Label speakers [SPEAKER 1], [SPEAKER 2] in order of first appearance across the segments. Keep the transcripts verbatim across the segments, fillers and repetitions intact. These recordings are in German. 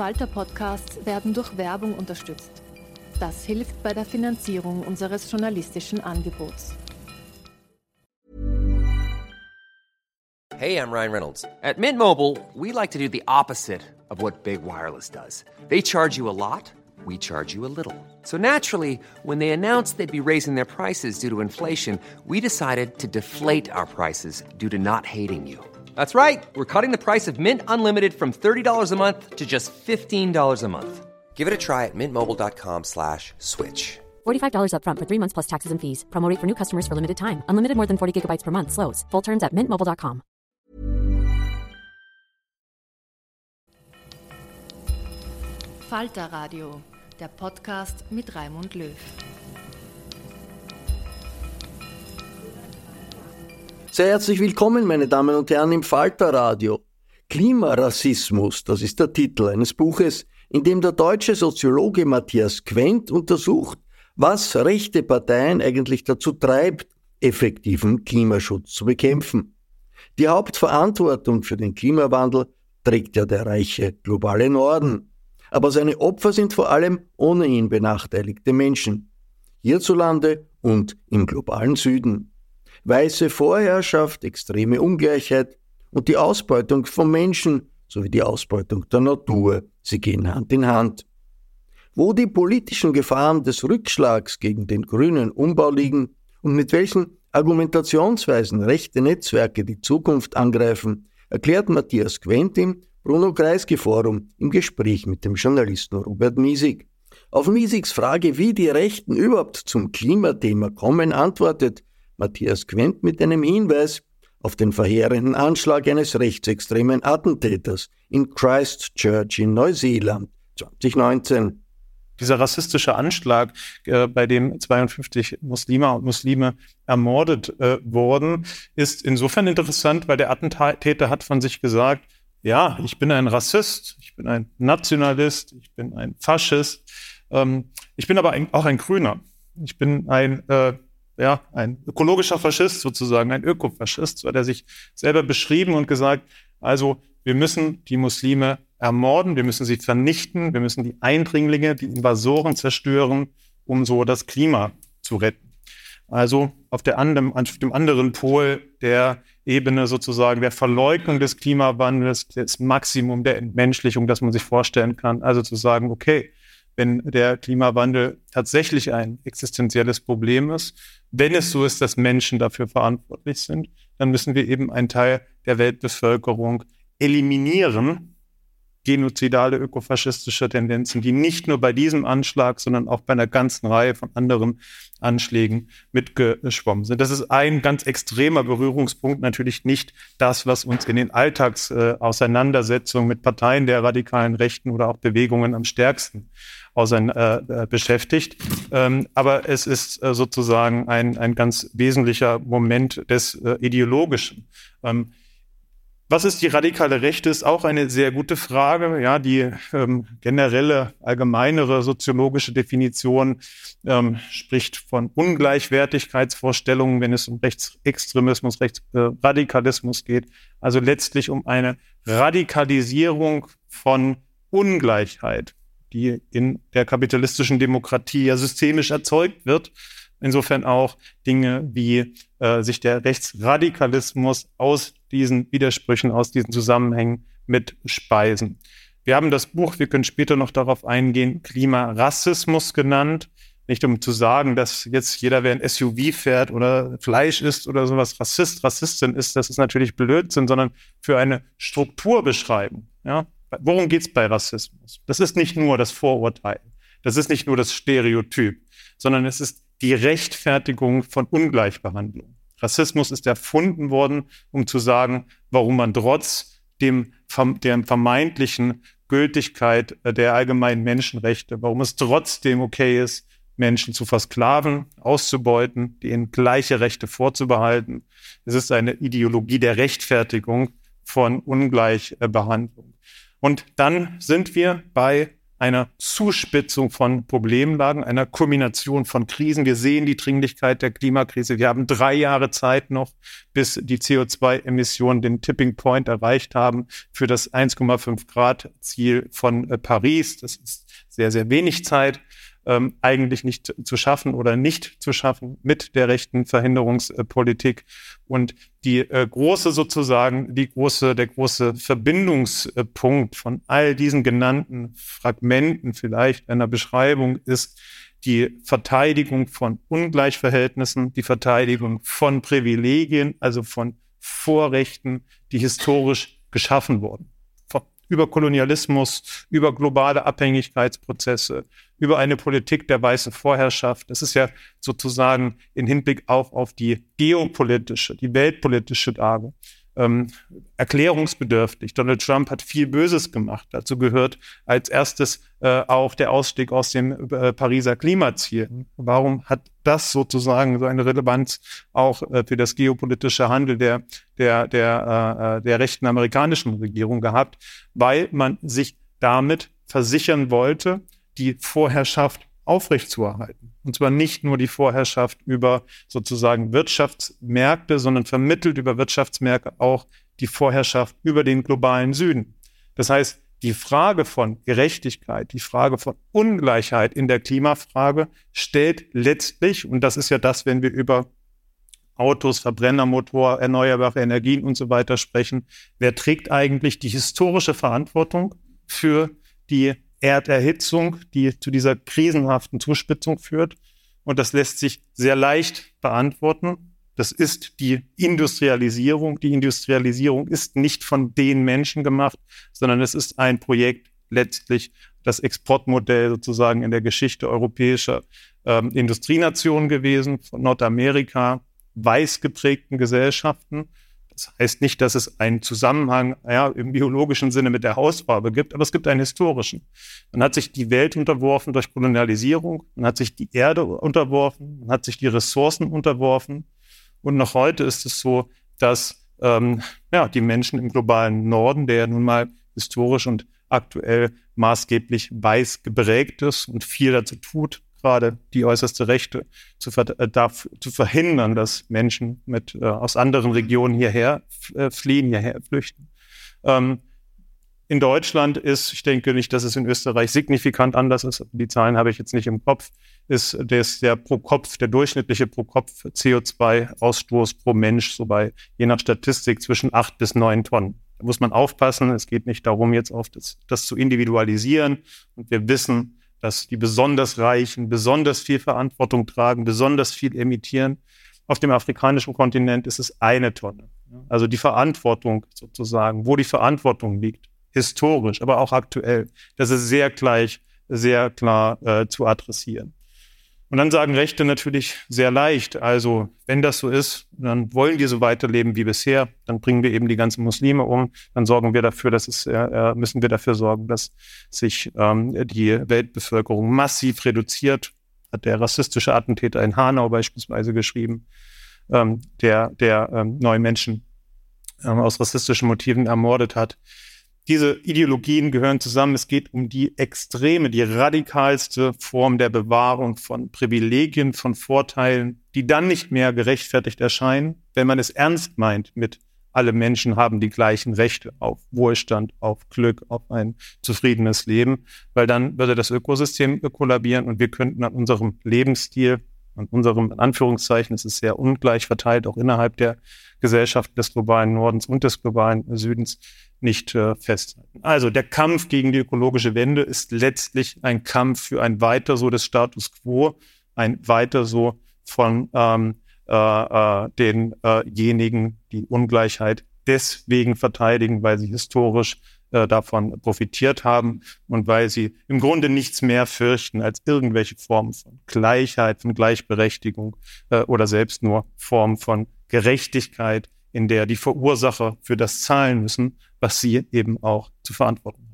[SPEAKER 1] Falter-Podcasts werden durch Werbung unterstützt. Das hilft bei der Finanzierung unseres journalistischen Angebots.
[SPEAKER 2] Hey, I'm Ryan Reynolds. At Mint Mobile, we like to do the opposite of what Big Wireless does. They charge you a lot, we charge you a little. So naturally, when they announced they'd be raising their prices due to inflation, we decided to deflate our prices due to not hating you. That's right. We're cutting the price of Mint Unlimited from thirty dollars a month to just fifteen dollars a month. Give it a try at mintmobile.com slash switch.
[SPEAKER 3] forty-five dollars up front for three months plus taxes and fees. Promo rate for new customers for limited time. Unlimited more than forty gigabytes per month. Slows full terms at mint mobile dot com.
[SPEAKER 1] Falter Radio, der Podcast mit Raimund Löw.
[SPEAKER 4] Sehr herzlich willkommen, meine Damen und Herren, im Falter Radio. Klimarassismus, das ist der Titel eines Buches, in dem der deutsche Soziologe Matthias Quent untersucht, was rechte Parteien eigentlich dazu treibt, effektiven Klimaschutz zu bekämpfen. Die Hauptverantwortung für den Klimawandel trägt ja der reiche globale Norden. Aber seine Opfer sind vor allem ohnehin benachteiligte Menschen. Hierzulande und im globalen Süden. Weiße Vorherrschaft, extreme Ungleichheit und die Ausbeutung von Menschen sowie die Ausbeutung der Natur, sie gehen Hand in Hand. Wo die politischen Gefahren des Rückschlags gegen den grünen Umbau liegen und mit welchen Argumentationsweisen rechte Netzwerke die Zukunft angreifen, erklärt Matthias Quent im Bruno-Kreisky-Forum im Gespräch mit dem Journalisten Robert Miesig. Auf Miesigs Frage, wie die Rechten überhaupt zum Klimathema kommen, antwortet Matthias Quent mit einem Hinweis auf den verheerenden Anschlag eines rechtsextremen Attentäters in Christchurch in Neuseeland zwanzig neunzehn.
[SPEAKER 5] Dieser rassistische Anschlag, äh, bei dem zweiundfünfzig Muslime und Muslime ermordet äh, wurden, ist insofern interessant, weil der Attentäter hat von sich gesagt, ja, ich bin ein Rassist, ich bin ein Nationalist, ich bin ein Faschist, ähm, ich bin aber ein, auch ein Grüner. Ich bin ein, äh, ja, ein ökologischer Faschist sozusagen, ein Ökofaschist. So hat er sich selber beschrieben und gesagt, also wir müssen die Muslime ermorden, wir müssen sie vernichten, wir müssen die Eindringlinge, die Invasoren zerstören, um so das Klima zu retten. Also auf, der anderen, auf dem anderen Pol der Ebene sozusagen der Verleugnung des Klimawandels, das Maximum der Entmenschlichung, das man sich vorstellen kann. Also zu sagen, okay, wenn der Klimawandel tatsächlich ein existenzielles Problem ist, wenn es so ist, dass Menschen dafür verantwortlich sind, dann müssen wir eben einen Teil der Weltbevölkerung eliminieren, genozidale ökofaschistische Tendenzen, die nicht nur bei diesem Anschlag, sondern auch bei einer ganzen Reihe von anderen Anschlägen mitgeschwommen sind. Das ist ein ganz extremer Berührungspunkt, natürlich nicht das, was uns in den Alltagsauseinandersetzungen mit Parteien der radikalen Rechten oder auch Bewegungen am stärksten ausein- äh, beschäftigt. Ähm, aber es ist äh, sozusagen ein, ein ganz wesentlicher Moment des äh, Ideologischen. Ähm, Was ist die radikale Rechte, ist auch eine sehr gute Frage. Ja, die ähm, generelle, allgemeinere soziologische Definition ähm, spricht von Ungleichwertigkeitsvorstellungen, wenn es um Rechtsextremismus, Rechtsradikalismus geht. Also letztlich um eine Radikalisierung von Ungleichheit, die in der kapitalistischen Demokratie ja systemisch erzeugt wird. Insofern auch Dinge wie äh, sich der Rechtsradikalismus aus diesen Widersprüchen, aus diesen Zusammenhängen mit speisen. Wir haben das Buch, wir können später noch darauf eingehen, Klimarassismus genannt. Nicht um zu sagen, dass jetzt jeder, wer ein S U V fährt oder Fleisch isst oder sowas, Rassist, Rassistin ist, das ist natürlich Blödsinn, sondern für eine Strukturbeschreibung. Ja? Worum geht es bei Rassismus? Das ist nicht nur das Vorurteil, das ist nicht nur das Stereotyp, sondern es ist die Rechtfertigung von Ungleichbehandlung. Rassismus ist erfunden worden, um zu sagen, warum man trotz dem, der vermeintlichen Gültigkeit der allgemeinen Menschenrechte, warum es trotzdem okay ist, Menschen zu versklaven, auszubeuten, denen gleiche Rechte vorzubehalten. Es ist eine Ideologie der Rechtfertigung von Ungleichbehandlung. Und dann sind wir bei einer Zuspitzung von Problemlagen, einer Kulmination von Krisen. Wir sehen die Dringlichkeit der Klimakrise. Wir haben drei Jahre Zeit noch, bis die C O zwei Emissionen den Tipping Point erreicht haben für das eins Komma fünf Grad Ziel von äh, Paris. Das ist sehr, sehr wenig Zeit. Ähm, eigentlich nicht zu schaffen oder nicht zu schaffen mit der rechten Verhinderungspolitik. Und die äh, große sozusagen, die große, der große Verbindungspunkt von all diesen genannten Fragmenten vielleicht einer Beschreibung ist die Verteidigung von Ungleichverhältnissen, die Verteidigung von Privilegien, also von Vorrechten, die historisch geschaffen wurden. Über Kolonialismus, über globale Abhängigkeitsprozesse, über eine Politik der weißen Vorherrschaft. Das ist ja sozusagen in Hinblick auch auf die geopolitische, die weltpolitische Lage ähm, erklärungsbedürftig. Donald Trump hat viel Böses gemacht. Dazu gehört als erstes äh, auch der Ausstieg aus dem äh, Pariser Klimaziel. Warum hat das sozusagen so eine Relevanz auch äh, für das geopolitische Handeln der, der, der, äh, der rechten amerikanischen Regierung gehabt? Weil man sich damit versichern wollte, die Vorherrschaft aufrechtzuerhalten. Und zwar nicht nur die Vorherrschaft über sozusagen Wirtschaftsmärkte, sondern vermittelt über Wirtschaftsmärkte auch die Vorherrschaft über den globalen Süden. Das heißt, die Frage von Gerechtigkeit, die Frage von Ungleichheit in der Klimafrage stellt letztlich, und das ist ja das, wenn wir über Autos, Verbrennermotor, erneuerbare Energien und so weiter sprechen, wer trägt eigentlich die historische Verantwortung für die Erderhitzung, die zu dieser krisenhaften Zuspitzung führt? Und das lässt sich sehr leicht beantworten. Das ist die Industrialisierung. Die Industrialisierung ist nicht von den Menschen gemacht, sondern es ist ein Projekt, letztlich das Exportmodell sozusagen in der Geschichte europäischer ähm, Industrienationen gewesen, von Nordamerika, weiß geprägten Gesellschaften. Das heißt nicht, dass es einen Zusammenhang ja, im biologischen Sinne mit der Hautfarbe gibt, aber es gibt einen historischen. Man hat sich die Welt unterworfen durch Kolonialisierung, man hat sich die Erde unterworfen, man hat sich die Ressourcen unterworfen. Und noch heute ist es so, dass ähm, ja, die Menschen im globalen Norden, der ja nun mal historisch und aktuell maßgeblich weiß geprägt ist und viel dazu tut, gerade die äußerste Rechte zu, ver- äh, darf, zu verhindern, dass Menschen mit, äh, aus anderen Regionen hierher äh, fliehen, hierher flüchten. Ähm, in Deutschland ist, ich denke nicht, dass es in Österreich signifikant anders ist, die Zahlen habe ich jetzt nicht im Kopf, ist des, der pro Kopf, der durchschnittliche pro Kopf C O zwei Ausstoß pro Mensch so bei, je nach Statistik, zwischen acht bis neun Tonnen. Da muss man aufpassen, es geht nicht darum, jetzt auf das, das zu individualisieren. Und wir wissen, dass die besonders Reichen besonders viel Verantwortung tragen, besonders viel emittieren. Auf dem afrikanischen Kontinent ist es eine Tonne. Also die Verantwortung sozusagen, wo die Verantwortung liegt, historisch, aber auch aktuell, das ist sehr gleich, sehr klar äh, zu adressieren. Und dann sagen Rechte natürlich sehr leicht, also wenn das so ist, dann wollen die so weiterleben wie bisher, dann bringen wir eben die ganzen Muslime um, dann sorgen wir dafür, dass es, äh, müssen wir dafür sorgen, dass sich ähm, die Weltbevölkerung massiv reduziert, hat der rassistische Attentäter in Hanau beispielsweise geschrieben, ähm, der, der ähm, neue Menschen ähm, aus rassistischen Motiven ermordet hat. Diese Ideologien gehören zusammen. Es geht um die extreme, die radikalste Form der Bewahrung von Privilegien, von Vorteilen, die dann nicht mehr gerechtfertigt erscheinen, wenn man es ernst meint mit alle Menschen haben die gleichen Rechte auf Wohlstand, auf Glück, auf ein zufriedenes Leben, weil dann würde das Ökosystem kollabieren und wir könnten an unserem Lebensstil, an unserem, in Anführungszeichen, es ist sehr ungleich verteilt, auch innerhalb der Gesellschaft des globalen Nordens und des globalen Südens, nicht äh, festhalten. Also der Kampf gegen die ökologische Wende ist letztlich ein Kampf für ein Weiter so des Status quo, ein Weiter so von ähm, äh, äh, denjenigen, die Ungleichheit deswegen verteidigen, weil sie historisch äh, davon profitiert haben und weil sie im Grunde nichts mehr fürchten als irgendwelche Formen von Gleichheit, von Gleichberechtigung äh, oder selbst nur Formen von Gerechtigkeit, in der die Verursacher für das zahlen müssen, was sie eben auch zu verantworten haben.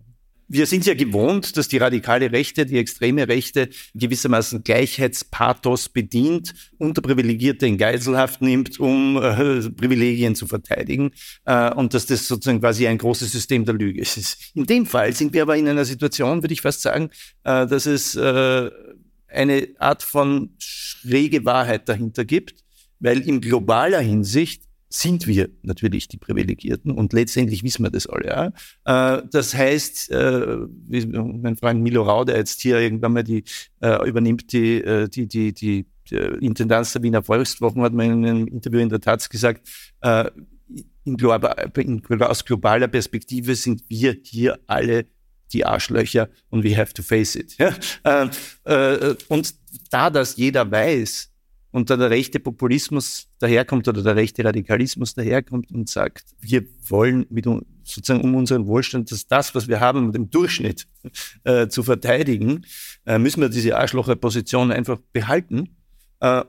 [SPEAKER 6] wir sind ja gewohnt, dass die radikale Rechte, die extreme Rechte gewissermaßen Gleichheitspathos bedient, Unterprivilegierte in Geiselhaft nimmt, um äh, Privilegien zu verteidigen äh, und dass das sozusagen quasi ein großes System der Lüge ist. In dem Fall sind wir aber in einer Situation, würde ich fast sagen, äh, dass es äh, eine Art von schräge Wahrheit dahinter gibt, weil in globaler Hinsicht sind wir natürlich die Privilegierten und letztendlich wissen wir das alle. Ja? Äh, das heißt, äh, wie mein Freund Milo Rau, der jetzt hier irgendwann mal die äh, übernimmt, die, äh, die, die, die, die Intendanz der Wiener Volkswochen, hat man in einem Interview in der Taz gesagt, äh, in global, in, aus globaler Perspektive sind wir hier alle die Arschlöcher und we have to face it. Ja? Äh, äh, und da das jeder weiß, und da der rechte Populismus daherkommt oder der rechte Radikalismus daherkommt und sagt, wir wollen mit, sozusagen um unseren Wohlstand, dass das, was wir haben, im Durchschnitt äh, zu verteidigen, äh, müssen wir diese Arschlocherposition einfach behalten, äh,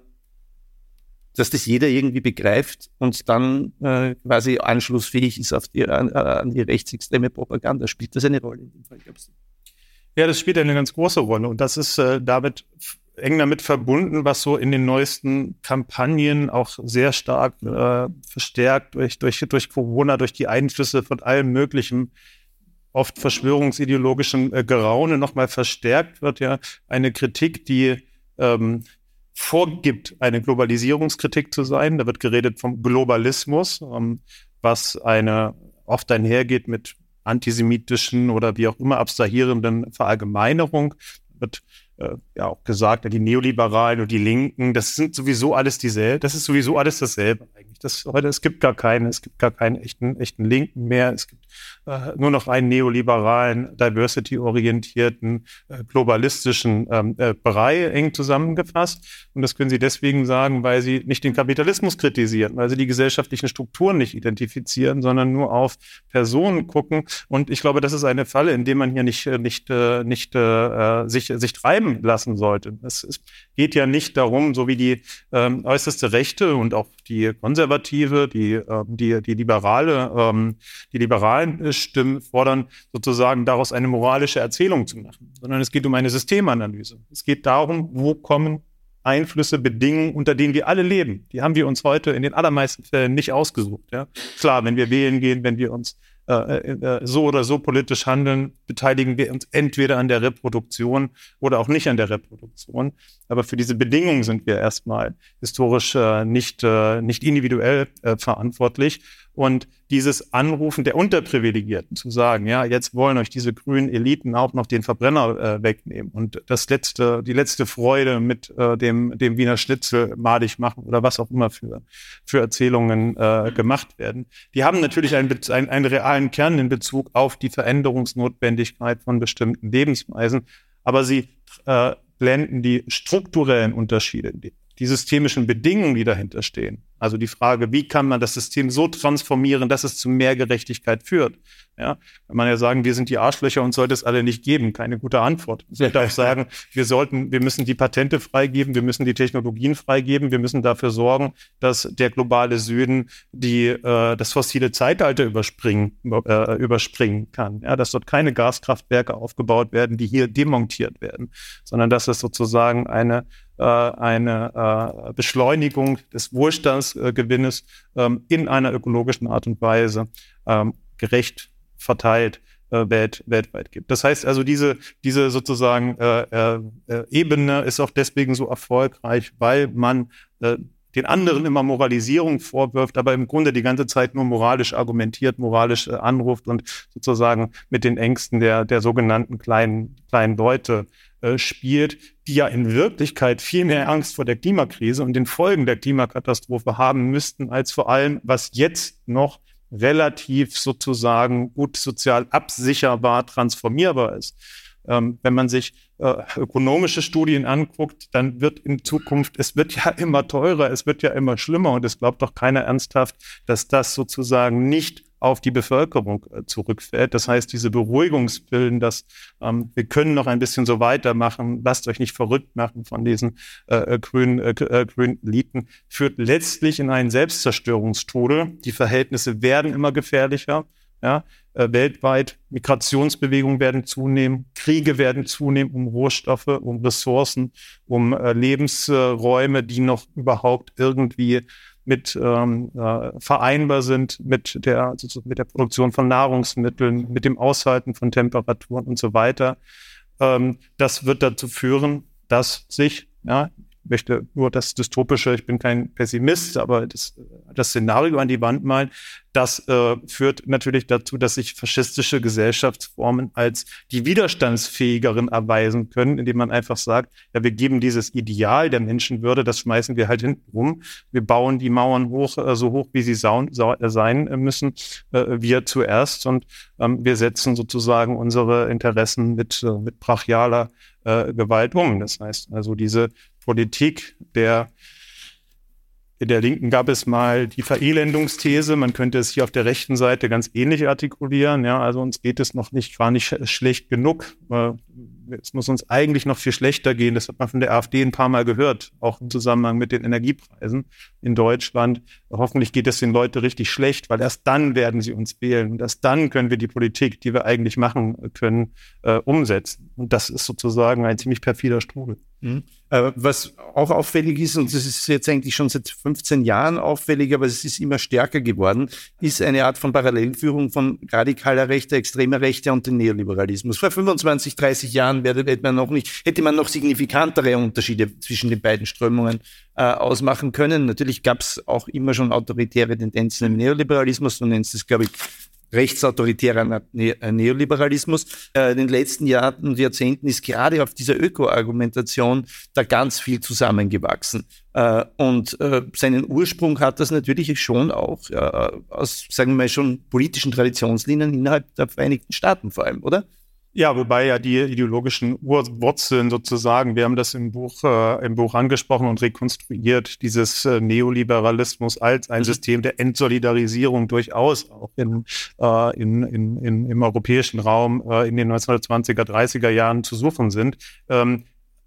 [SPEAKER 6] dass das jeder irgendwie begreift und dann äh, quasi anschlussfähig ist auf die, an, an die rechtsextreme Propaganda. Spielt das eine Rolle in dem Fall, glaubst du?
[SPEAKER 5] Ja, das spielt eine ganz große Rolle und das ist äh, damit eng damit verbunden, was so in den neuesten Kampagnen auch sehr stark äh, verstärkt durch, durch, durch Corona, durch die Einflüsse von allem möglichen, oft verschwörungsideologischen äh, Geraune nochmal verstärkt wird, ja, eine Kritik, die ähm, vorgibt, eine Globalisierungskritik zu sein. Da wird geredet vom Globalismus, ähm, was eine oft einhergeht mit antisemitischen oder wie auch immer abstrahierenden Verallgemeinerung. Wird äh, ja auch gesagt, die Neoliberalen und die Linken, das sind sowieso alles dieselbe, das ist sowieso alles dasselbe eigentlich. Das heute, es gibt gar keine, es gibt gar keinen echten, echten Linken mehr. Es gibt äh, nur noch einen neoliberalen, diversity-orientierten, äh, globalistischen ähm, äh, Brei eng zusammengefasst. Und das können Sie deswegen sagen, weil Sie nicht den Kapitalismus kritisieren, weil Sie die gesellschaftlichen Strukturen nicht identifizieren, sondern nur auf Personen gucken. Und ich glaube, das ist eine Falle, in der man hier nicht, nicht, äh, nicht äh, sich, sich treiben lassen sollte. Es, es geht ja nicht darum, so wie die ähm, äußerste Rechte und auch die Konservative, die, äh, die, die Liberale, ähm, die liberalen äh, Stimmen fordern, sozusagen daraus eine moralische Erzählung zu machen, sondern es geht um eine Systemanalyse. Es geht darum, wo kommen Einflüsse, Bedingungen, unter denen wir alle leben. Die haben wir uns heute in den allermeisten Fällen nicht ausgesucht. Ja? Klar, wenn wir wählen gehen, wenn wir uns äh, äh, so oder so politisch handeln, beteiligen wir uns entweder an der Reproduktion oder auch nicht an der Reproduktion. Aber für diese Bedingungen sind wir erstmal historisch äh, nicht, äh, nicht individuell äh, verantwortlich. Und dieses Anrufen der Unterprivilegierten zu sagen, ja, jetzt wollen euch diese grünen Eliten auch noch den Verbrenner äh, wegnehmen und das letzte, die letzte Freude mit äh, dem, dem Wiener Schnitzel madig machen oder was auch immer für, für Erzählungen äh, gemacht werden. Die haben natürlich einen, einen, einen realen Kern in Bezug auf die Veränderungsnotwendigkeit von bestimmten Lebensweisen, aber sie äh, blenden die strukturellen Unterschiede, die, die systemischen Bedingungen, die dahinter stehen. Also die Frage, wie kann man das System so transformieren, dass es zu mehr Gerechtigkeit führt? Ja, kann man ja sagen, wir sind die Arschlöcher und sollte es alle nicht geben. Keine gute Antwort. Ich würde auch sagen, wir sollten, wir müssen die Patente freigeben, wir müssen die Technologien freigeben, wir müssen dafür sorgen, dass der globale Süden die äh, das fossile Zeitalter überspringen äh, überspringen kann. Ja, dass dort keine Gaskraftwerke aufgebaut werden, die hier demontiert werden, sondern dass es sozusagen eine äh, eine äh, Beschleunigung des Wohlstandsgewinnes ähm, in einer ökologischen Art und Weise ähm, gerecht verteilt äh, welt, weltweit gibt. Das heißt also, diese, diese sozusagen äh, äh, Ebene ist auch deswegen so erfolgreich, weil man äh, den anderen immer Moralisierung vorwirft, aber im Grunde die ganze Zeit nur moralisch argumentiert, moralisch äh, anruft und sozusagen mit den Ängsten der, der sogenannten kleinen, kleinen Leute äh, spielt, die ja in Wirklichkeit viel mehr Angst vor der Klimakrise und den Folgen der Klimakatastrophe haben müssten, als vor allem, was jetzt noch relativ sozusagen gut sozial absicherbar transformierbar ist. Ähm, wenn man sich äh, ökonomische Studien anguckt, dann wird in Zukunft, es wird ja immer teurer, es wird ja immer schlimmer und es glaubt doch keiner ernsthaft, dass das sozusagen nicht auf die Bevölkerung äh, zurückfällt. Das heißt, diese Beruhigungsbilden, dass ähm, wir können noch ein bisschen so weitermachen, lasst euch nicht verrückt machen von diesen äh, grünen, äh, äh, grünen Eliten, führt letztlich in einen Selbstzerstörungstode. Die Verhältnisse werden immer gefährlicher. Ja, äh, weltweit, Migrationsbewegungen werden zunehmen, Kriege werden zunehmen um Rohstoffe, um Ressourcen, um äh, Lebensräume, die noch überhaupt irgendwie mit ähm, äh, vereinbar sind mit der, also mit der Produktion von Nahrungsmitteln, mit dem Aushalten von Temperaturen und so weiter. Ähm, das wird dazu führen, dass sich, ja, ich möchte nur das Dystopische, ich bin kein Pessimist, aber das, das Szenario an die Wand malen, das äh, führt natürlich dazu, dass sich faschistische Gesellschaftsformen als die widerstandsfähigeren erweisen können, indem man einfach sagt, ja, wir geben dieses Ideal der Menschenwürde, das schmeißen wir halt hinten rum. Wir bauen die Mauern hoch, äh, so hoch, wie sie saun, sa- sein müssen, äh, wir zuerst. Und ähm, wir setzen sozusagen unsere Interessen mit, äh, mit brachialer äh, Gewalt um. Das heißt also, diese Politik der In der Linken gab es mal die Verelendungsthese, man könnte es hier auf der rechten Seite ganz ähnlich artikulieren. Ja, also uns geht es noch nicht, gar nicht sch- schlecht genug. Äh, Es muss uns eigentlich noch viel schlechter gehen. Das hat man von der AfD ein paar Mal gehört, auch im Zusammenhang mit den Energiepreisen in Deutschland. Hoffentlich geht es den Leuten richtig schlecht, weil erst dann werden sie uns wählen. Und erst dann können wir die Politik, die wir eigentlich machen können, äh, umsetzen. Und das ist sozusagen ein ziemlich perfider Strudel.
[SPEAKER 6] Mhm. Äh, was auch auffällig ist, und das ist jetzt eigentlich schon seit fünfzehn Jahren auffällig, aber es ist immer stärker geworden, ist eine Art von Parallelführung von radikaler Rechte, extremer Rechte und dem Neoliberalismus. Vor fünfundzwanzig, dreißig Jahren hätte man noch nicht, hätte man noch signifikantere Unterschiede zwischen den beiden Strömungen äh, ausmachen können. Natürlich gab es auch immer schon autoritäre Tendenzen im Neoliberalismus, du nennst es, glaube ich, rechtsautoritärer ne- Neoliberalismus. Äh, in den letzten Jahren und Jahrzehnten ist gerade auf dieser Öko-Argumentation da ganz viel zusammengewachsen. Äh, und äh, seinen Ursprung hat das natürlich schon auch äh, aus, sagen wir mal, schon politischen Traditionslinien innerhalb der Vereinigten Staaten vor allem, oder?
[SPEAKER 5] Ja, wobei ja die ideologischen Urwurzeln sozusagen, wir haben das im Buch, äh, im Buch angesprochen und rekonstruiert, dieses äh, Neoliberalismus als ein System der Entsolidarisierung durchaus auch in, äh, in, in, in, im europäischen Raum äh, in den neunzehnhundertzwanziger, dreißiger Jahren zu suchen sind. Ähm,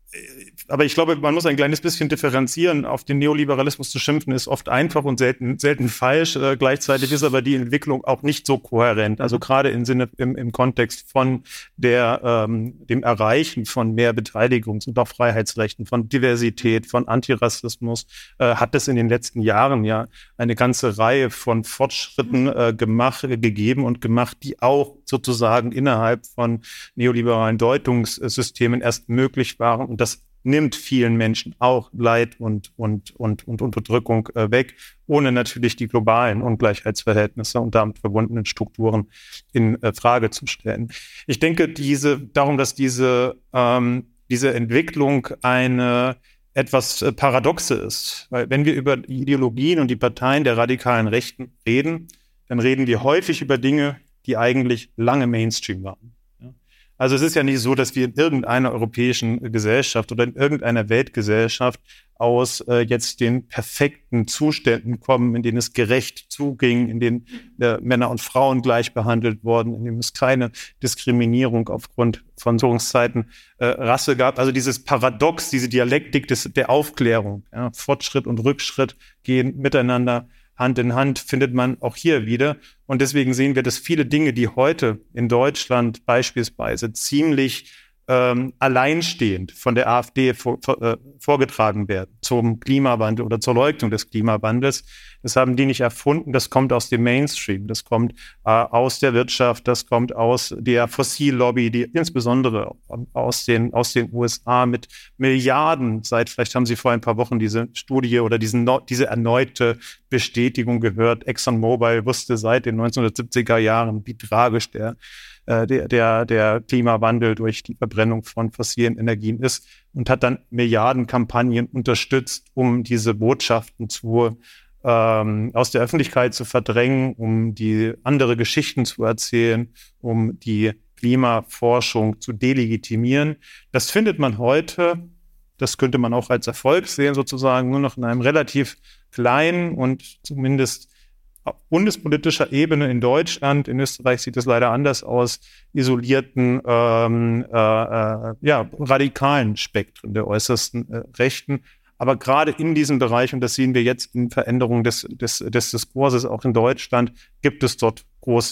[SPEAKER 5] Aber ich glaube, man muss ein kleines bisschen differenzieren. Auf den Neoliberalismus zu schimpfen ist oft einfach und selten, selten falsch. Äh, gleichzeitig ist aber die Entwicklung auch nicht so kohärent. Also gerade im Sinne, im, im Kontext von der, ähm, dem Erreichen von mehr Beteiligungs- und auch Freiheitsrechten, von Diversität, von Antirassismus, äh, hat es in den letzten Jahren ja eine ganze Reihe von Fortschritten äh, gemacht, gegeben und gemacht, die auch sozusagen innerhalb von neoliberalen Deutungssystemen erst möglich waren. Und das nimmt vielen Menschen auch Leid und, und, und, und Unterdrückung äh, weg, ohne natürlich die globalen Ungleichheitsverhältnisse und damit verbundenen Strukturen in äh, Frage zu stellen. Ich denke, diese, darum, dass diese, ähm, diese Entwicklung eine etwas äh, paradoxe ist, weil wenn wir über die Ideologien und die Parteien der radikalen Rechten reden, dann reden wir häufig über Dinge, die eigentlich lange Mainstream waren. Also es ist ja nicht so, dass wir in irgendeiner europäischen Gesellschaft oder in irgendeiner Weltgesellschaft aus äh, jetzt den perfekten Zuständen kommen, in denen es gerecht zuging, in denen äh, Männer und Frauen gleich behandelt wurden, in denen es keine Diskriminierung aufgrund von Führungszeiten äh, Rasse gab. Also dieses Paradox, diese Dialektik des, der Aufklärung, ja, Fortschritt und Rückschritt gehen miteinander Hand in Hand, findet man auch hier wieder. Und deswegen sehen wir, dass viele Dinge, die heute in Deutschland beispielsweise ziemlich ähm, alleinstehend von der AfD vor, vor, äh, vorgetragen werden zum Klimawandel oder zur Leugnung des Klimawandels. Das haben die nicht erfunden, das kommt aus dem Mainstream, das kommt äh, aus der Wirtschaft, das kommt aus der Fossillobby, die insbesondere aus den, aus den U S A mit Milliarden, seit, vielleicht haben Sie vor ein paar Wochen diese Studie oder diesen, diese erneute Bestätigung gehört. ExxonMobil wusste seit den neunzehnhundertsiebziger Jahren, wie tragisch der Der, der, der Klimawandel durch die Verbrennung von fossilen Energien ist und hat dann Milliardenkampagnen unterstützt, um diese Botschaften zu, ähm, aus der Öffentlichkeit zu verdrängen, um die andere Geschichten zu erzählen, um die Klimaforschung zu delegitimieren. Das findet man heute, das könnte man auch als Erfolg sehen, sozusagen nur noch in einem relativ kleinen und zumindest auf bundespolitischer Ebene in Deutschland, in Österreich sieht es leider anders aus, isolierten, ähm, äh, äh, ja, radikalen Spektren der äußersten äh, Rechten. Aber gerade in diesem Bereich, und das sehen wir jetzt in Veränderungen des, des, des Diskurses auch in Deutschland, gibt es dort große,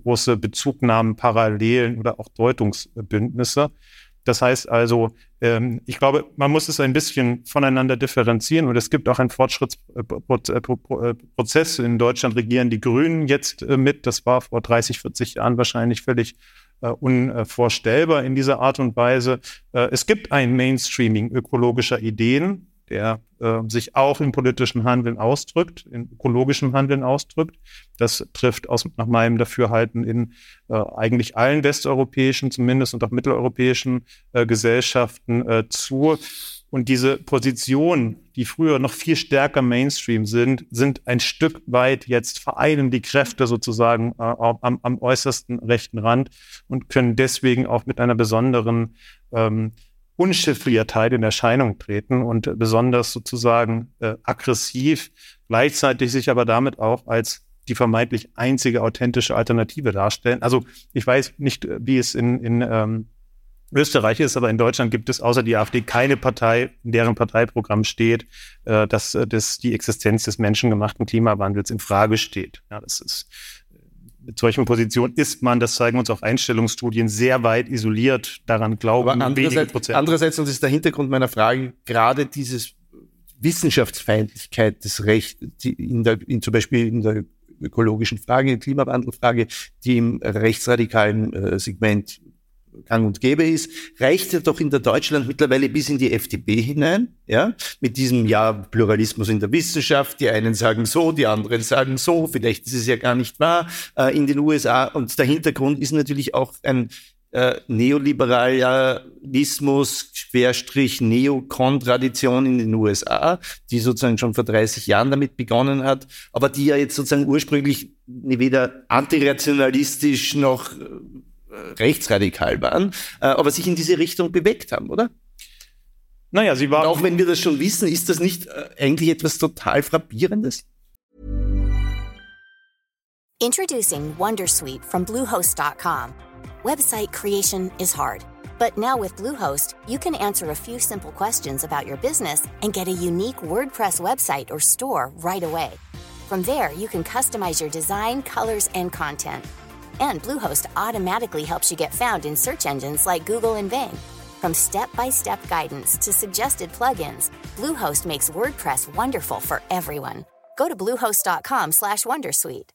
[SPEAKER 5] große Bezugnahmen, Parallelen oder auch Deutungsbündnisse. Das heißt also, ähm, ich glaube, man muss es ein bisschen voneinander differenzieren und es gibt auch einen Fortschrittsprozess. In Deutschland regieren die Grünen jetzt äh, mit. Das war vor dreißig, vierzig Jahren wahrscheinlich völlig äh, unvorstellbar in dieser Art und Weise. Äh, es gibt ein Mainstreaming ökologischer Ideen, der äh, sich auch im politischen Handeln ausdrückt, in ökologischem Handeln ausdrückt. Das trifft aus, nach meinem Dafürhalten in äh, eigentlich allen westeuropäischen, zumindest und auch mitteleuropäischen äh, Gesellschaften äh, zu. Und diese Positionen, die früher noch viel stärker Mainstream sind, sind ein Stück weit jetzt vereinen die Kräfte sozusagen äh, am, am äußersten rechten Rand und können deswegen auch mit einer besonderen ähm, Unchiffriertheit in Erscheinung treten und besonders sozusagen äh, aggressiv, gleichzeitig sich aber damit auch als die vermeintlich einzige authentische Alternative darstellen. Also ich weiß nicht, wie es in, in ähm, Österreich ist, aber in Deutschland gibt es außer die AfD keine Partei, in deren Parteiprogramm steht, äh, dass, dass die Existenz des menschengemachten Klimawandels in Frage steht. Ja, das ist mit solchen Positionen ist man, das zeigen uns auch Einstellungsstudien, sehr weit isoliert. Daran glauben
[SPEAKER 6] Aber andererseits,
[SPEAKER 5] wenige Prozent.
[SPEAKER 6] Andererseits, und das ist der Hintergrund meiner Frage, gerade dieses Wissenschaftsfeindlichkeit des Rechts, die in der, in, zum Beispiel in der ökologischen Frage, Klimawandelfrage, die im rechtsradikalen äh, Segment gang und gäbe ist, reicht ja doch in der Deutschland mittlerweile bis in die F D P hinein, ja, mit diesem ja Pluralismus in der Wissenschaft, die einen sagen so, die anderen sagen so, vielleicht ist es ja gar nicht wahr, äh, in den U S A, und der Hintergrund ist natürlich auch ein äh, Neoliberalismus, Schwerstrich, Neokon-Tradition in den U S A, die sozusagen schon vor dreißig Jahren damit begonnen hat, aber die ja jetzt sozusagen ursprünglich weder antirationalistisch noch rechtsradikal waren, äh, aber sich in diese Richtung bewegt haben, oder?
[SPEAKER 5] Naja, sie waren.
[SPEAKER 6] Und auch wenn wir das schon wissen, ist das nicht äh, eigentlich etwas total Frappierendes?
[SPEAKER 7] Introducing Wondersuite from Bluehost dot com. Website creation is hard, but now with Bluehost, you can answer a few simple questions about your business and get a unique WordPress website or store right away. From there, you can customize your design, colors, and content. And Bluehost automatically helps you get found in search engines like Google and Bing. From step-by-step guidance to suggested plugins, Bluehost makes WordPress wonderful for everyone. Go to bluehost dot com slash wondersuite.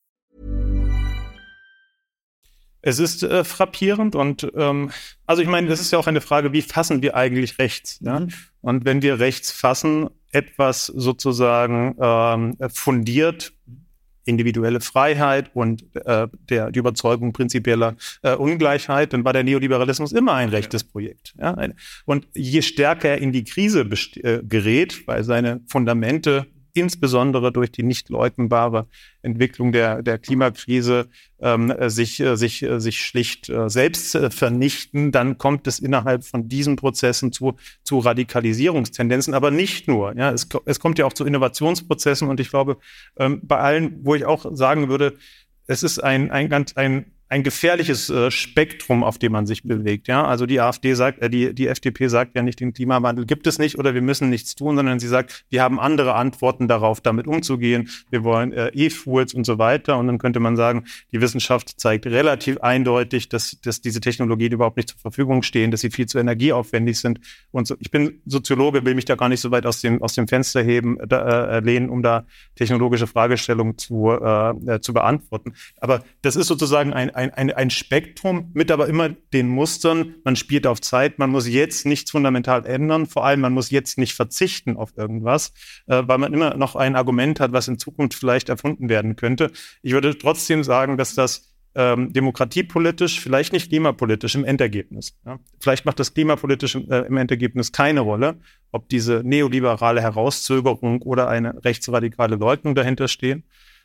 [SPEAKER 5] Es ist äh, frappierend und ähm, also ich meine, das ist ja auch eine Frage, wie fassen wir eigentlich rechts? Ja? Mhm. Und wenn wir rechts fassen, etwas sozusagen ähm, fundiert, individuelle Freiheit und äh, der, die Überzeugung prinzipieller äh, Ungleichheit, dann war der Neoliberalismus immer ein rechtes Projekt. Ja? Und je stärker er in die Krise best- äh, gerät, weil seine Fundamente insbesondere durch die nicht leugnbare Entwicklung der, der Klimakrise ähm, sich, äh, sich, äh, sich schlicht äh, selbst äh, vernichten, dann kommt es innerhalb von diesen Prozessen zu, zu Radikalisierungstendenzen, aber nicht nur. Ja, es, es kommt ja auch zu Innovationsprozessen und ich glaube, ähm, bei allen, wo ich auch sagen würde, es ist ein, ein ganz, ein, ein gefährliches äh, Spektrum, auf dem man sich bewegt. Ja, also die AfD sagt, äh, die, die F D P sagt ja nicht, den Klimawandel gibt es nicht oder wir müssen nichts tun, sondern sie sagt, wir haben andere Antworten darauf, damit umzugehen. Wir wollen äh, E-Fuels und so weiter. Und dann könnte man sagen, die Wissenschaft zeigt relativ eindeutig, dass, dass diese Technologien überhaupt nicht zur Verfügung stehen, dass sie viel zu energieaufwendig sind. Und so, ich bin Soziologe, will mich da gar nicht so weit aus dem, aus dem Fenster heben, da, äh, lehnen, um da technologische Fragestellungen zu, äh, zu beantworten. Aber das ist sozusagen ein, ein Ein, ein, ein Spektrum mit aber immer den Mustern, man spielt auf Zeit, man muss jetzt nichts fundamental ändern, vor allem man muss jetzt nicht verzichten auf irgendwas, äh, weil man immer noch ein Argument hat, was in Zukunft vielleicht erfunden werden könnte. Ich würde trotzdem sagen, dass das ähm, demokratiepolitisch, vielleicht nicht klimapolitisch im Endergebnis. Ja? Vielleicht macht das klimapolitisch äh, im Endergebnis keine Rolle, ob diese neoliberale Herauszögerung oder eine rechtsradikale Leugnung dahinter stehen.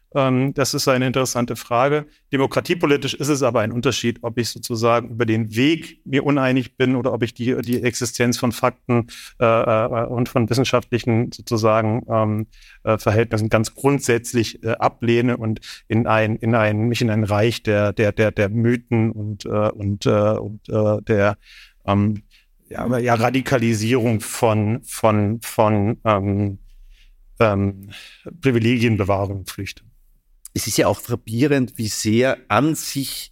[SPEAKER 5] Das ist eine interessante Frage. Demokratiepolitisch ist es aber ein Unterschied, ob ich sozusagen über den Weg mir uneinig bin oder ob ich die, die Existenz von Fakten äh, und von wissenschaftlichen sozusagen ähm, äh, Verhältnissen ganz grundsätzlich äh, ablehne und in ein, in ein, mich in ein Reich der, der, der, der Mythen und, äh, und, äh, und äh, der ähm, ja, ja, Radikalisierung von, von, von ähm, ähm, Privilegienbewahrung flüchte.
[SPEAKER 6] es ist ja auch frappierend, wie sehr an sich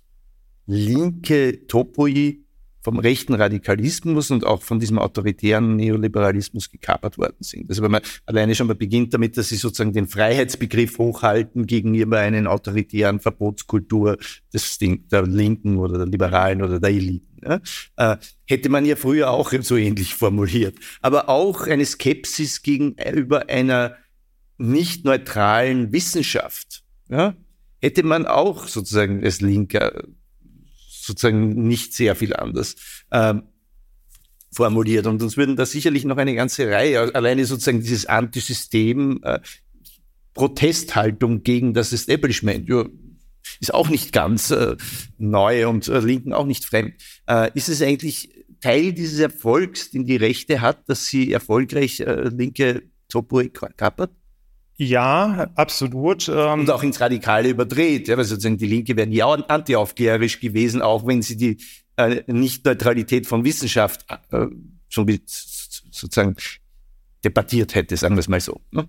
[SPEAKER 6] linke Topoi vom rechten Radikalismus und auch von diesem autoritären Neoliberalismus gekapert worden sind. Also wenn man alleine schon mal beginnt damit, dass sie sozusagen den Freiheitsbegriff hochhalten gegenüber einer autoritären Verbotskultur des, der Linken oder der Liberalen oder der Eliten. Ja? Äh, hätte man ja früher auch so ähnlich formuliert. Aber auch eine Skepsis gegenüber einer nicht neutralen Wissenschaft. Ja? Hätte man auch sozusagen als Linker sozusagen nicht sehr viel anders ähm, formuliert. Und uns würden da sicherlich noch eine ganze Reihe, alleine sozusagen dieses Antisystem, äh, Protesthaltung gegen das Establishment, ja, ist auch nicht ganz äh, neu und äh, Linken auch nicht fremd. Äh, ist es eigentlich Teil dieses Erfolgs, den die Rechte hat, dass sie erfolgreich äh, linke Topoi kappert?
[SPEAKER 5] Ja, absolut. Ähm
[SPEAKER 6] und auch ins Radikale überdreht. Ja, weil sozusagen die Linke wären ja antiaufklärerisch gewesen, auch wenn sie die äh, Nicht-Neutralität von Wissenschaft äh, schon mit, sozusagen debattiert hätte, sagen wir es mal so. Ne?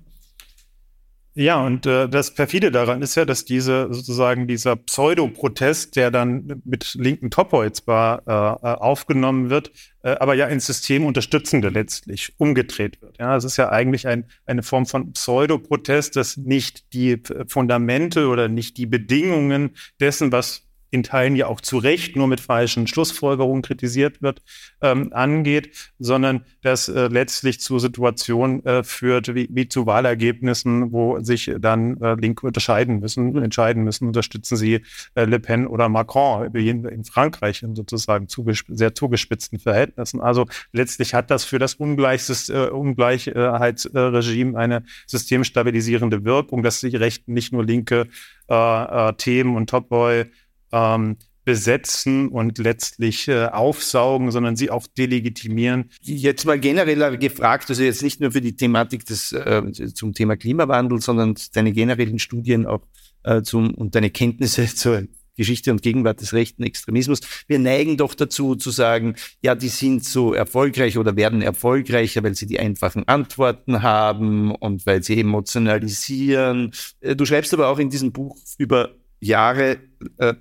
[SPEAKER 5] Ja, und äh, das Perfide daran ist ja, dass diese sozusagen dieser Pseudoprotest, der dann mit linken Topoi zwar äh, aufgenommen wird, äh, aber ja ins System unterstützende letztlich umgedreht wird. Ja, es ist ja eigentlich ein, eine Form von Pseudoprotest, das nicht die Fundamente oder nicht die Bedingungen dessen, was in Teilen ja auch zu Recht nur mit falschen Schlussfolgerungen kritisiert wird, ähm, angeht, sondern das äh, letztlich zu Situationen äh, führt, wie, wie zu Wahlergebnissen, wo sich dann äh, Linke unterscheiden müssen, entscheiden müssen, unterstützen sie äh, Le Pen oder Macron, wie in, in Frankreich in sozusagen zugesp- sehr zugespitzten Verhältnissen. Also letztlich hat das für das Ungleichs- äh, Ungleichheitsregime eine systemstabilisierende Wirkung, dass die Rechten nicht nur linke äh, äh, Themen und Topoi Ähm, besetzen und letztlich äh, aufsaugen, sondern sie auch delegitimieren.
[SPEAKER 6] Jetzt mal generell gefragt, also jetzt nicht nur für die Thematik des äh, zum Thema Klimawandel, sondern deine generellen Studien auch äh, zum und deine Kenntnisse zur Geschichte und Gegenwart des rechten Extremismus. Wir neigen doch dazu zu sagen, ja, die sind so erfolgreich oder werden erfolgreicher, weil sie die einfachen Antworten haben und weil sie emotionalisieren. Du schreibst aber auch in diesem Buch über Jahre, äh,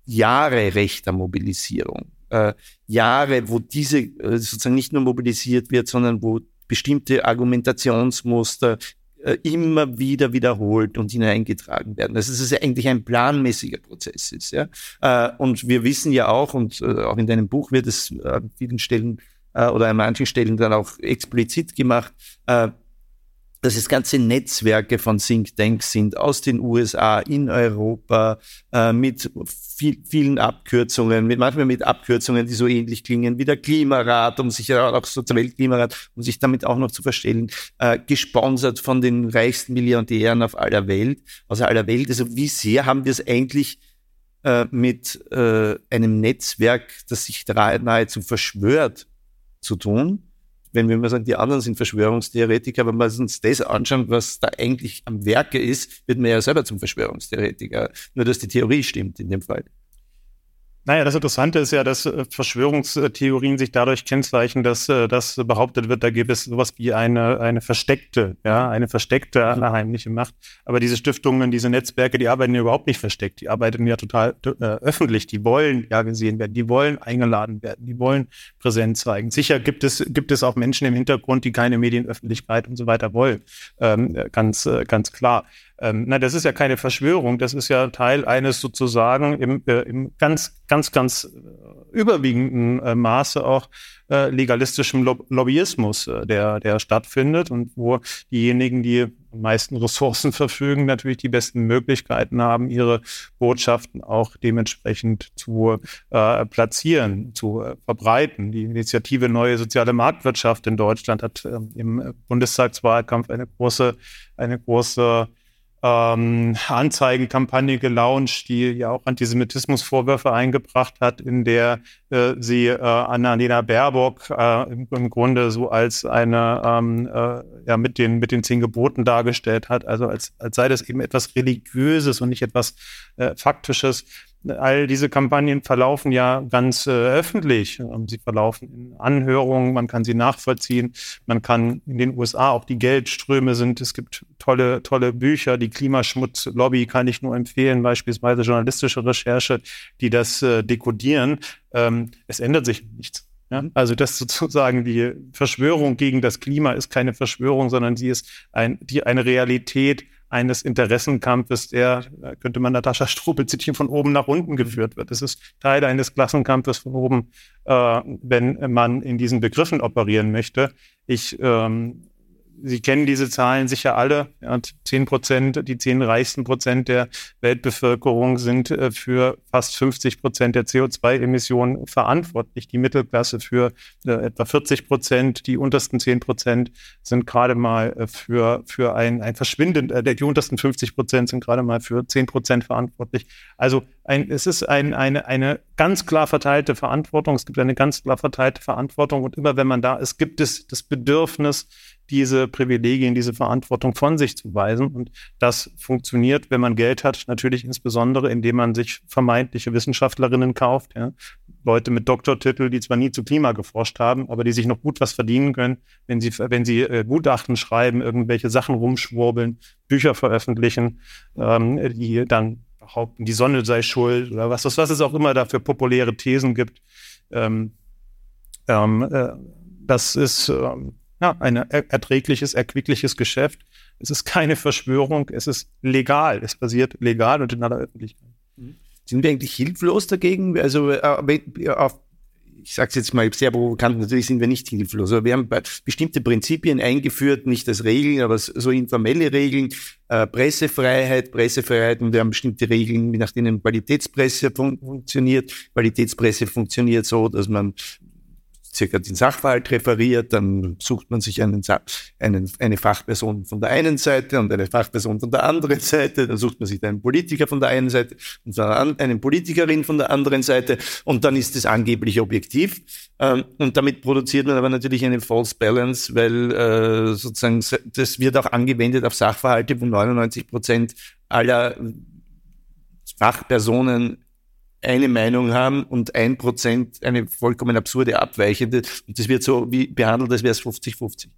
[SPEAKER 6] Jahre rechter Mobilisierung, äh, Jahre, wo diese äh, sozusagen nicht nur mobilisiert wird, sondern wo bestimmte Argumentationsmuster äh, immer wieder wiederholt und hineingetragen werden. Also es ist ja eigentlich ein planmäßiger Prozess ist, ja. Äh, und wir wissen ja auch, und äh, auch in deinem Buch wird es äh, an vielen Stellen äh, oder an manchen Stellen dann auch explizit gemacht, äh, dass es ganze Netzwerke von Thinktanks sind aus den U S A, in Europa, äh, mit viel, vielen Abkürzungen, mit, manchmal mit Abkürzungen, die so ähnlich klingen wie der Klimarat, um sich ja auch so der Weltklimarat, um sich damit auch noch zu verstellen, äh, gesponsert von den reichsten Milliardären auf aller Welt, aus aller Welt. Also wie sehr haben wir es eigentlich äh, mit äh, einem Netzwerk, das sich nahezu verschwört, zu tun? Wenn wir mal sagen, die anderen sind Verschwörungstheoretiker, wenn wir uns das anschauen, was da eigentlich am Werke ist, wird man ja selber zum Verschwörungstheoretiker. Nur, dass die Theorie stimmt in dem Fall.
[SPEAKER 5] Naja, das Interessante ist ja, dass äh, Verschwörungstheorien sich dadurch kennzeichnen, dass äh, das behauptet wird, da gibt es sowas wie eine, eine versteckte, ja, eine versteckte, eine heimliche Macht. Aber diese Stiftungen, diese Netzwerke, die arbeiten ja überhaupt nicht versteckt. Die arbeiten ja total äh, öffentlich. Die wollen ja gesehen werden, die wollen eingeladen werden, die wollen Präsenz zeigen. Sicher gibt es, gibt es auch Menschen im Hintergrund, die keine Medienöffentlichkeit und so weiter wollen. Ähm, ganz, äh, ganz klar. Ähm, na, das ist ja keine Verschwörung, das ist ja Teil eines sozusagen im, äh, im ganz, ganz, ganz äh, überwiegenden äh, Maße auch äh, legalistischem Lob- Lobbyismus, äh, der, der stattfindet und wo diejenigen, die am meisten Ressourcen verfügen, natürlich die besten Möglichkeiten haben, ihre Botschaften auch dementsprechend zu äh, platzieren, zu äh, verbreiten. Die Initiative Neue Soziale Marktwirtschaft in Deutschland hat äh, im Bundestagswahlkampf eine große, eine große Ähm, Anzeigenkampagne gelauncht, die ja auch Antisemitismusvorwürfe eingebracht hat, in der äh, sie äh, Annalena Baerbock äh, im, im Grunde so als eine ähm, äh, ja mit den mit den zehn Geboten dargestellt hat, also als als sei das eben etwas Religiöses und nicht etwas äh, Faktisches. all diese Kampagnen verlaufen ja ganz äh, öffentlich. Sie verlaufen in Anhörungen, man kann sie nachvollziehen, man kann in den U S A auch die Geldströme sind, es gibt tolle, tolle Bücher, die Klimaschmutzlobby kann ich nur empfehlen, beispielsweise journalistische Recherche, die das äh, dekodieren. Ähm, es ändert sich nichts. Ja, also das sozusagen die Verschwörung gegen das Klima ist keine Verschwörung, sondern sie ist ein, die, eine Realität eines Interessenkampfes, der, könnte man Natascha Strobel zitieren, von oben nach unten geführt wird. Es ist Teil eines Klassenkampfes von oben, äh, wenn man in diesen Begriffen operieren möchte. Ich ähm, Sie kennen diese Zahlen sicher alle. Ja, zehn Prozent, die zehn reichsten Prozent der Weltbevölkerung sind äh, für fast fünfzig Prozent der C O zwei Emissionen verantwortlich. Die Mittelklasse für äh, etwa vierzig Prozent. Die untersten zehn Prozent sind gerade mal äh, für, für ein, ein verschwindend, äh, die untersten fünfzig Prozent sind gerade mal für zehn Prozent verantwortlich. Also ein, es ist ein, eine, eine ganz klar verteilte Verantwortung. Es gibt eine ganz klar verteilte Verantwortung. Und immer wenn man da ist, gibt es das Bedürfnis, diese Privilegien, diese Verantwortung von sich zu weisen. Und das funktioniert, wenn man Geld hat, natürlich insbesondere, indem man sich vermeintliche Wissenschaftlerinnen kauft. Ja. Leute mit Doktortitel, die zwar nie zu Klima geforscht haben, aber die sich noch gut was verdienen können, wenn sie, wenn sie äh, Gutachten schreiben, irgendwelche Sachen rumschwurbeln, Bücher veröffentlichen, ähm, die dann behaupten, die Sonne sei schuld oder was, was es auch immer da für populäre Thesen gibt. Ähm, ähm, äh, das ist ähm, ja, ein erträgliches, erquickliches Geschäft. Es ist keine Verschwörung, es ist legal. Es passiert legal und in aller Öffentlichkeit.
[SPEAKER 6] Sind wir eigentlich hilflos dagegen? Also äh, auf, ich sage es jetzt mal sehr provokant, natürlich sind wir nicht hilflos. Aber wir haben bestimmte Prinzipien eingeführt, nicht als Regeln, aber so informelle Regeln. Äh, Pressefreiheit, Pressefreiheit und wir haben bestimmte Regeln, nach denen Qualitätspresse fun- funktioniert. Qualitätspresse funktioniert so, dass man circa den Sachverhalt referiert, dann sucht man sich einen, einen, eine Fachperson von der einen Seite und eine Fachperson von der anderen Seite, dann sucht man sich einen Politiker von der einen Seite und eine Politikerin von der anderen Seite und dann ist es angeblich objektiv. Und damit produziert man aber natürlich eine False Balance, weil äh, sozusagen das wird auch angewendet auf Sachverhalte, wo neunundneunzig Prozent aller Fachpersonen eine Meinung haben und ein Prozent eine vollkommen absurde, abweichende. Und das wird so wie behandelt, als wäre es fünfzig fünfzig.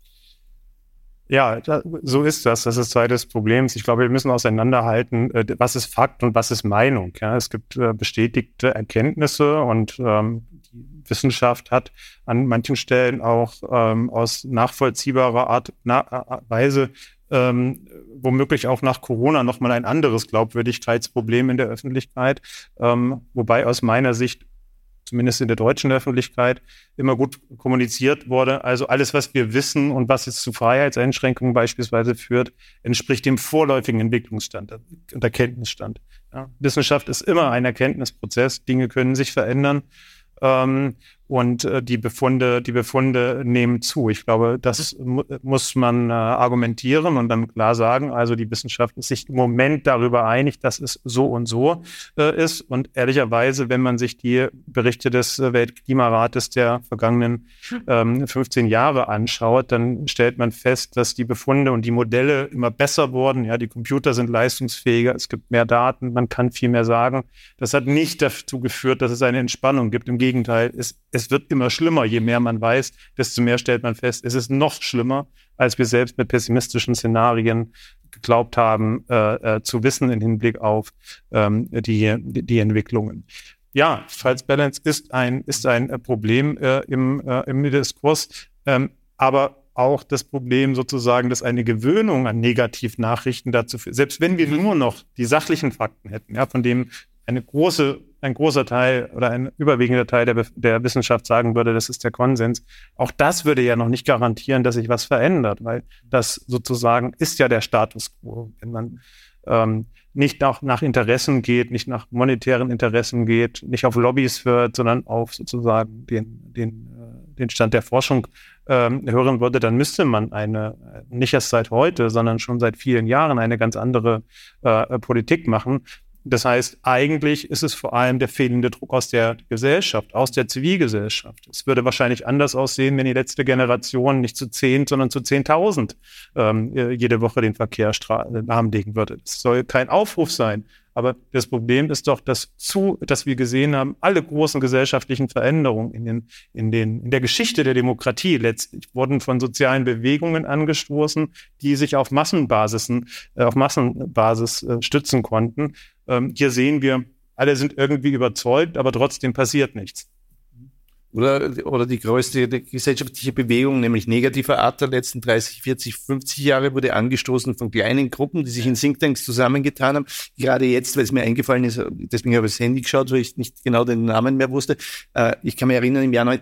[SPEAKER 5] Ja, da, so ist das. Das ist Teil des Problems. Ich glaube, wir müssen auseinanderhalten, äh, was ist Fakt und was ist Meinung. Ja, es gibt äh, bestätigte Erkenntnisse und ähm, die Wissenschaft hat an manchen Stellen auch ähm, aus nachvollziehbarer Art na, Weise Ähm, womöglich auch nach Corona nochmal ein anderes Glaubwürdigkeitsproblem in der Öffentlichkeit, ähm, wobei aus meiner Sicht, zumindest in der deutschen Öffentlichkeit, immer gut kommuniziert wurde. Also alles, was wir wissen und was jetzt zu Freiheitseinschränkungen beispielsweise führt, entspricht dem vorläufigen Entwicklungsstand und Erkenntnisstand. Ja, Wissenschaft ist immer ein Erkenntnisprozess, Dinge können sich verändern. Ähm, und äh, die Befunde, die Befunde nehmen zu. Ich glaube, das mu- muss man äh, argumentieren und dann klar sagen, also die Wissenschaft ist sich im Moment darüber einig, dass es so und so äh, ist. Und ehrlicherweise, wenn man sich die Berichte des äh, Weltklimarates der vergangenen ähm, fünfzehn Jahre anschaut, dann stellt man fest, dass die Befunde und die Modelle immer besser wurden. Ja, die Computer sind leistungsfähiger, es gibt mehr Daten, man kann viel mehr sagen. Das hat nicht dazu geführt, dass es eine Entspannung gibt. Im Gegenteil, es Es wird immer schlimmer, je mehr man weiß, desto mehr stellt man fest, es ist noch schlimmer, als wir selbst mit pessimistischen Szenarien geglaubt haben, äh, äh, zu wissen im Hinblick auf ähm, die, die Entwicklungen. Ja, False Balance ist ein, ist ein Problem äh, im, äh, im Diskurs, ähm, aber auch das Problem sozusagen, dass eine Gewöhnung an Negativnachrichten dazu führt, selbst wenn wir nur noch die sachlichen Fakten hätten, ja, von dem eine große, ein großer Teil oder ein überwiegender Teil der, der Wissenschaft sagen würde, das ist der Konsens. Auch das würde ja noch nicht garantieren, dass sich was verändert, weil das sozusagen ist ja der Status quo. Wenn man ähm, nicht nach, nach Interessen geht, nicht nach monetären Interessen geht, nicht auf Lobbys hört, sondern auf sozusagen den, den, den Stand der Forschung ähm, hören würde, dann müsste man eine, nicht erst seit heute, sondern schon seit vielen Jahren eine ganz andere äh, Politik machen. Das heißt, eigentlich ist es vor allem der fehlende Druck aus der Gesellschaft, aus der Zivilgesellschaft. Es würde wahrscheinlich anders aussehen, wenn die letzte Generation nicht zu zehn, sondern zu zehntausend ähm, jede Woche den Verkehr stra- lahmlegen würde. Es soll kein Aufruf sein Aber das Problem ist doch, dass zu, dass wir gesehen haben, alle großen gesellschaftlichen Veränderungen in den, in den, in der Geschichte der Demokratie letztlich wurden von sozialen Bewegungen angestoßen, die sich auf Massenbasisen, äh, auf Massenbasis äh, stützen konnten. Ähm, hier sehen wir, alle sind irgendwie überzeugt, aber trotzdem passiert nichts.
[SPEAKER 6] Oder, oder die größte die gesellschaftliche Bewegung, nämlich negativer Art der letzten dreißig, vierzig, fünfzig Jahre, wurde angestoßen von kleinen Gruppen, die sich in Thinktanks zusammengetan haben. Gerade jetzt, weil es mir eingefallen ist, deswegen habe ich das Handy geschaut, weil ich nicht genau den Namen mehr wusste. Ich kann mich erinnern, im Jahr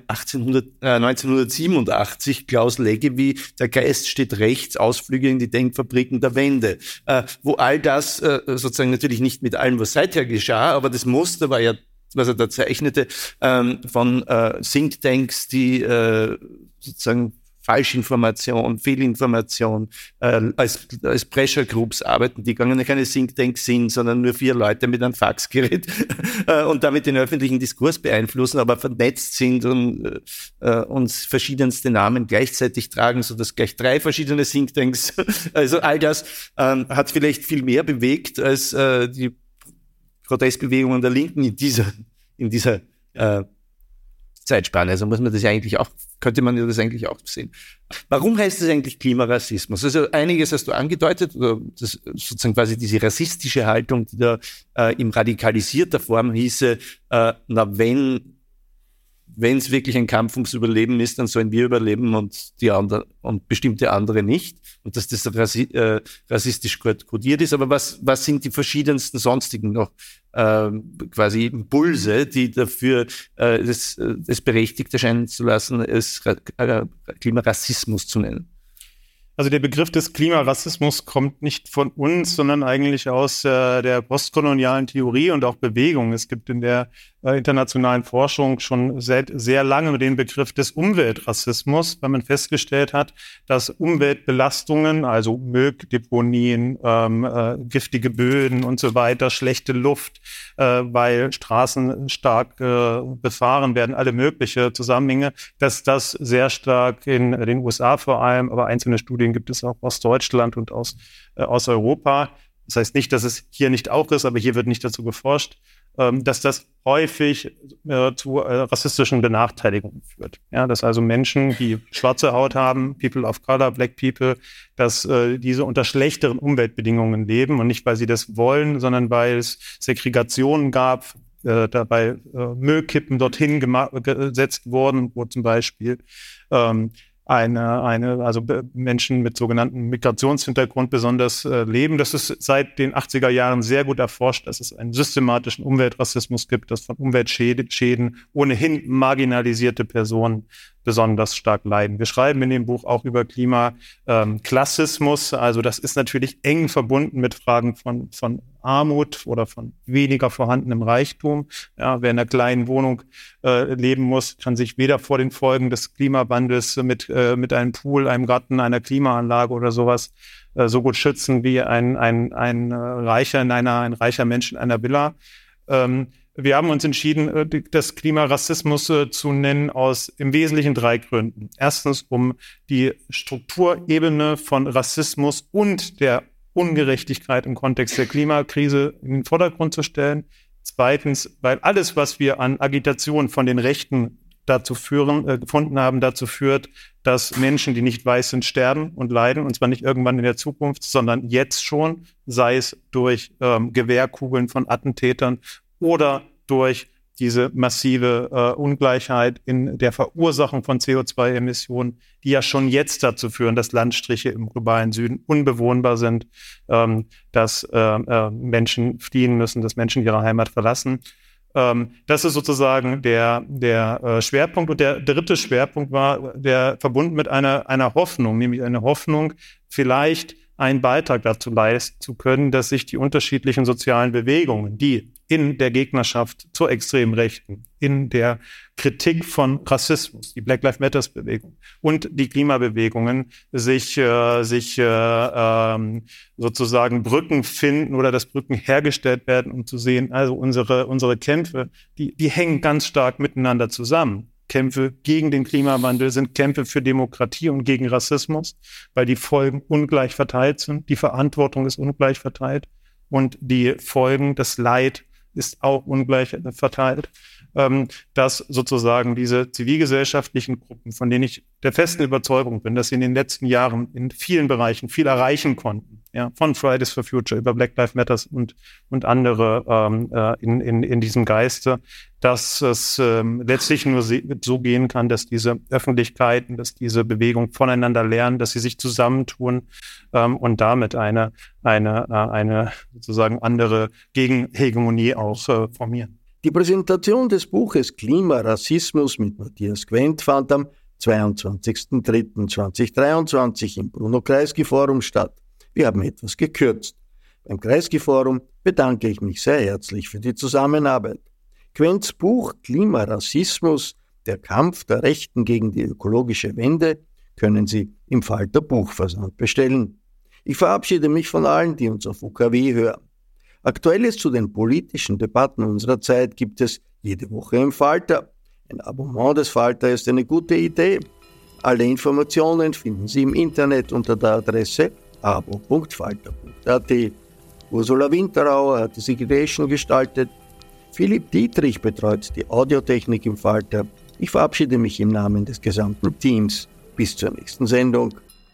[SPEAKER 6] neunzehnhundertsiebenundachtzig, Klaus Leggevi, der Geist steht rechts, Ausflüge in die Denkfabriken der Wende. Wo all das sozusagen natürlich nicht mit allem, was seither geschah, aber das Muster war ja, was er da zeichnete, ähm, von äh, Thinktanks, die äh, sozusagen Falschinformation, Fehlinformation äh, als, als Pressure Groups arbeiten, die gar keine Thinktanks sind, sondern nur vier Leute mit einem Faxgerät äh, und damit den öffentlichen Diskurs beeinflussen, aber vernetzt sind und äh, uns verschiedenste Namen gleichzeitig tragen, sodass gleich drei verschiedene Thinktanks, also all das ähm, hat vielleicht viel mehr bewegt als äh, die Protestbewegungen der Linken in dieser, in dieser äh, Zeitspanne. Also muss man das ja eigentlich auch, könnte man ja das eigentlich auch sehen. Warum heißt das eigentlich Klimarassismus? Also einiges hast du angedeutet, oder das sozusagen quasi diese rassistische Haltung, die da äh, in radikalisierter Form hieße, äh, na wenn wenn es wirklich ein Kampf ums Überleben ist, dann sollen wir überleben und die anderen und bestimmte andere nicht. Und dass das rassi- äh, rassistisch kodiert ist. Aber was, was sind die verschiedensten sonstigen noch äh, quasi Impulse, die dafür äh, das, das berechtigt erscheinen zu lassen, es äh, Klimarassismus zu nennen?
[SPEAKER 5] Also der Begriff des Klimarassismus kommt nicht von uns, sondern eigentlich aus äh, der postkolonialen Theorie und auch Bewegung. Es gibt in der äh, internationalen Forschung schon seit sehr lange den Begriff des Umweltrassismus, weil man festgestellt hat, dass Umweltbelastungen, also Mülldeponien, ähm, äh, giftige Böden und so weiter, schlechte Luft, äh, weil Straßen stark äh, befahren werden, alle mögliche Zusammenhänge, dass das sehr stark in den U S A vor allem, aber einzelne Studien gibt es auch aus Deutschland und aus, äh, aus Europa. Das heißt nicht, dass es hier nicht auch ist, aber hier wird nicht dazu geforscht, ähm, dass das häufig äh, zu äh, rassistischen Benachteiligungen führt. Ja, dass also Menschen, die schwarze Haut haben, People of Color, Black People, dass äh, diese unter schlechteren Umweltbedingungen leben und nicht, weil sie das wollen, sondern weil es Segregationen gab, äh, dabei äh, Müllkippen dorthin gema- gesetzt wurden, wo zum Beispiel ähm, Eine, eine, also Menschen mit sogenannten Migrationshintergrund besonders äh, leben. Das ist seit den achtziger Jahren sehr gut erforscht, dass es einen systematischen Umweltrassismus gibt, dass von Umweltschäden ohnehin marginalisierte Personen besonders stark leiden. Wir schreiben in dem Buch auch über Klimaklassismus. Ähm, also das ist natürlich eng verbunden mit Fragen von, von Armut oder von weniger vorhandenem Reichtum. Ja, wer in einer kleinen Wohnung äh, leben muss, kann sich weder vor den Folgen des Klimawandels mit, äh, mit einem Pool, einem Garten, einer Klimaanlage oder sowas äh, so gut schützen wie ein, ein, ein, äh, Reicher in einer, ein reicher Mensch in einer Villa. Ähm, Wir haben uns entschieden, das Klimarassismus zu nennen aus im Wesentlichen drei Gründen. Erstens, um die Strukturebene von Rassismus und der Ungerechtigkeit im Kontext der Klimakrise in den Vordergrund zu stellen. Zweitens, weil alles, was wir an Agitation von den Rechten dazu führen, äh, gefunden haben, dazu führt, dass Menschen, die nicht weiß sind, sterben und leiden, und zwar nicht irgendwann in der Zukunft, sondern jetzt schon, sei es durch ähm, Gewehrkugeln von Attentätern oder durch diese massive äh, Ungleichheit in der Verursachung von C O zwei Emissionen, die ja schon jetzt dazu führen, dass Landstriche im globalen Süden unbewohnbar sind, ähm, dass äh, äh, Menschen fliehen müssen, dass Menschen ihre Heimat verlassen. Ähm, das ist sozusagen der, der äh, Schwerpunkt. Und der dritte Schwerpunkt war der verbunden mit einer, einer Hoffnung, nämlich eine Hoffnung, vielleicht einen Beitrag dazu leisten zu können, dass sich die unterschiedlichen sozialen Bewegungen, die in der Gegnerschaft zur extremen Rechten, in der Kritik von Rassismus, die Black Lives Matters Bewegung und die Klimabewegungen sich, äh, sich äh, ähm, sozusagen Brücken finden oder dass Brücken hergestellt werden, um zu sehen, also unsere, unsere Kämpfe, die, die hängen ganz stark miteinander zusammen. Kämpfe gegen den Klimawandel sind Kämpfe für Demokratie und gegen Rassismus, weil die Folgen ungleich verteilt sind, die Verantwortung ist ungleich verteilt. und die Folgen, das Leid ist auch ungleich verteilt, ähm, dass sozusagen diese zivilgesellschaftlichen Gruppen, von denen ich der festen Überzeugung bin, dass sie in den letzten Jahren in vielen Bereichen viel erreichen konnten, ja, von Fridays for Future über Black Lives Matter und, und andere ähm, äh, in, in, in diesem Geiste, dass es ähm, letztlich nur so gehen kann, dass diese Öffentlichkeiten, dass diese Bewegungen voneinander lernen, dass sie sich zusammentun ähm, und damit eine, eine, äh, eine sozusagen andere Gegenhegemonie auch äh, formieren.
[SPEAKER 4] Die Präsentation des Buches Klimarassismus mit Matthias Quent fand am zweiundzwanzigsten dritten zweitausenddreiundzwanzig im Bruno-Kreisky-Forum statt. Wir haben etwas gekürzt. Beim Kreisky-Forum bedanke ich mich sehr herzlich für die Zusammenarbeit. Quents Buch Klimarassismus, der Kampf der Rechten gegen die ökologische Wende, können Sie im Falter Buchversand bestellen. Ich verabschiede mich von allen, die uns auf U K W hören. Aktuelles zu den politischen Debatten unserer Zeit gibt es jede Woche im Falter. Ein Abonnement des Falter ist eine gute Idee. Alle Informationen finden Sie im Internet unter der Adresse abo punkt falter punkt a t. Ursula Winterauer hat die Segregation gestaltet. Philipp Dietrich betreut die Audiotechnik im Falter. Ich verabschiede mich im Namen des gesamten Teams. Bis zur nächsten Sendung.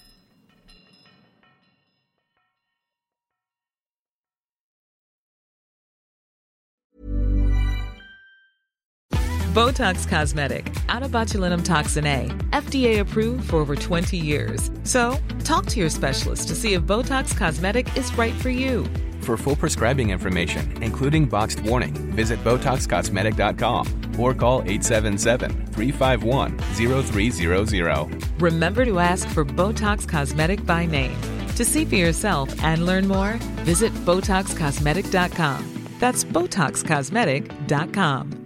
[SPEAKER 8] Botox Cosmetic, out of botulinum toxin A, F D A approved for over twenty years. So, talk to your specialist to see if Botox Cosmetic is right for you.
[SPEAKER 9] For full prescribing information, including boxed warning, visit Botox Cosmetic dot com or call eight seven seven, three five one, zero three zero zero.
[SPEAKER 8] Remember to ask for Botox Cosmetic by name. To see for yourself and learn more, visit Botox Cosmetic dot com. That's Botox Cosmetic dot com.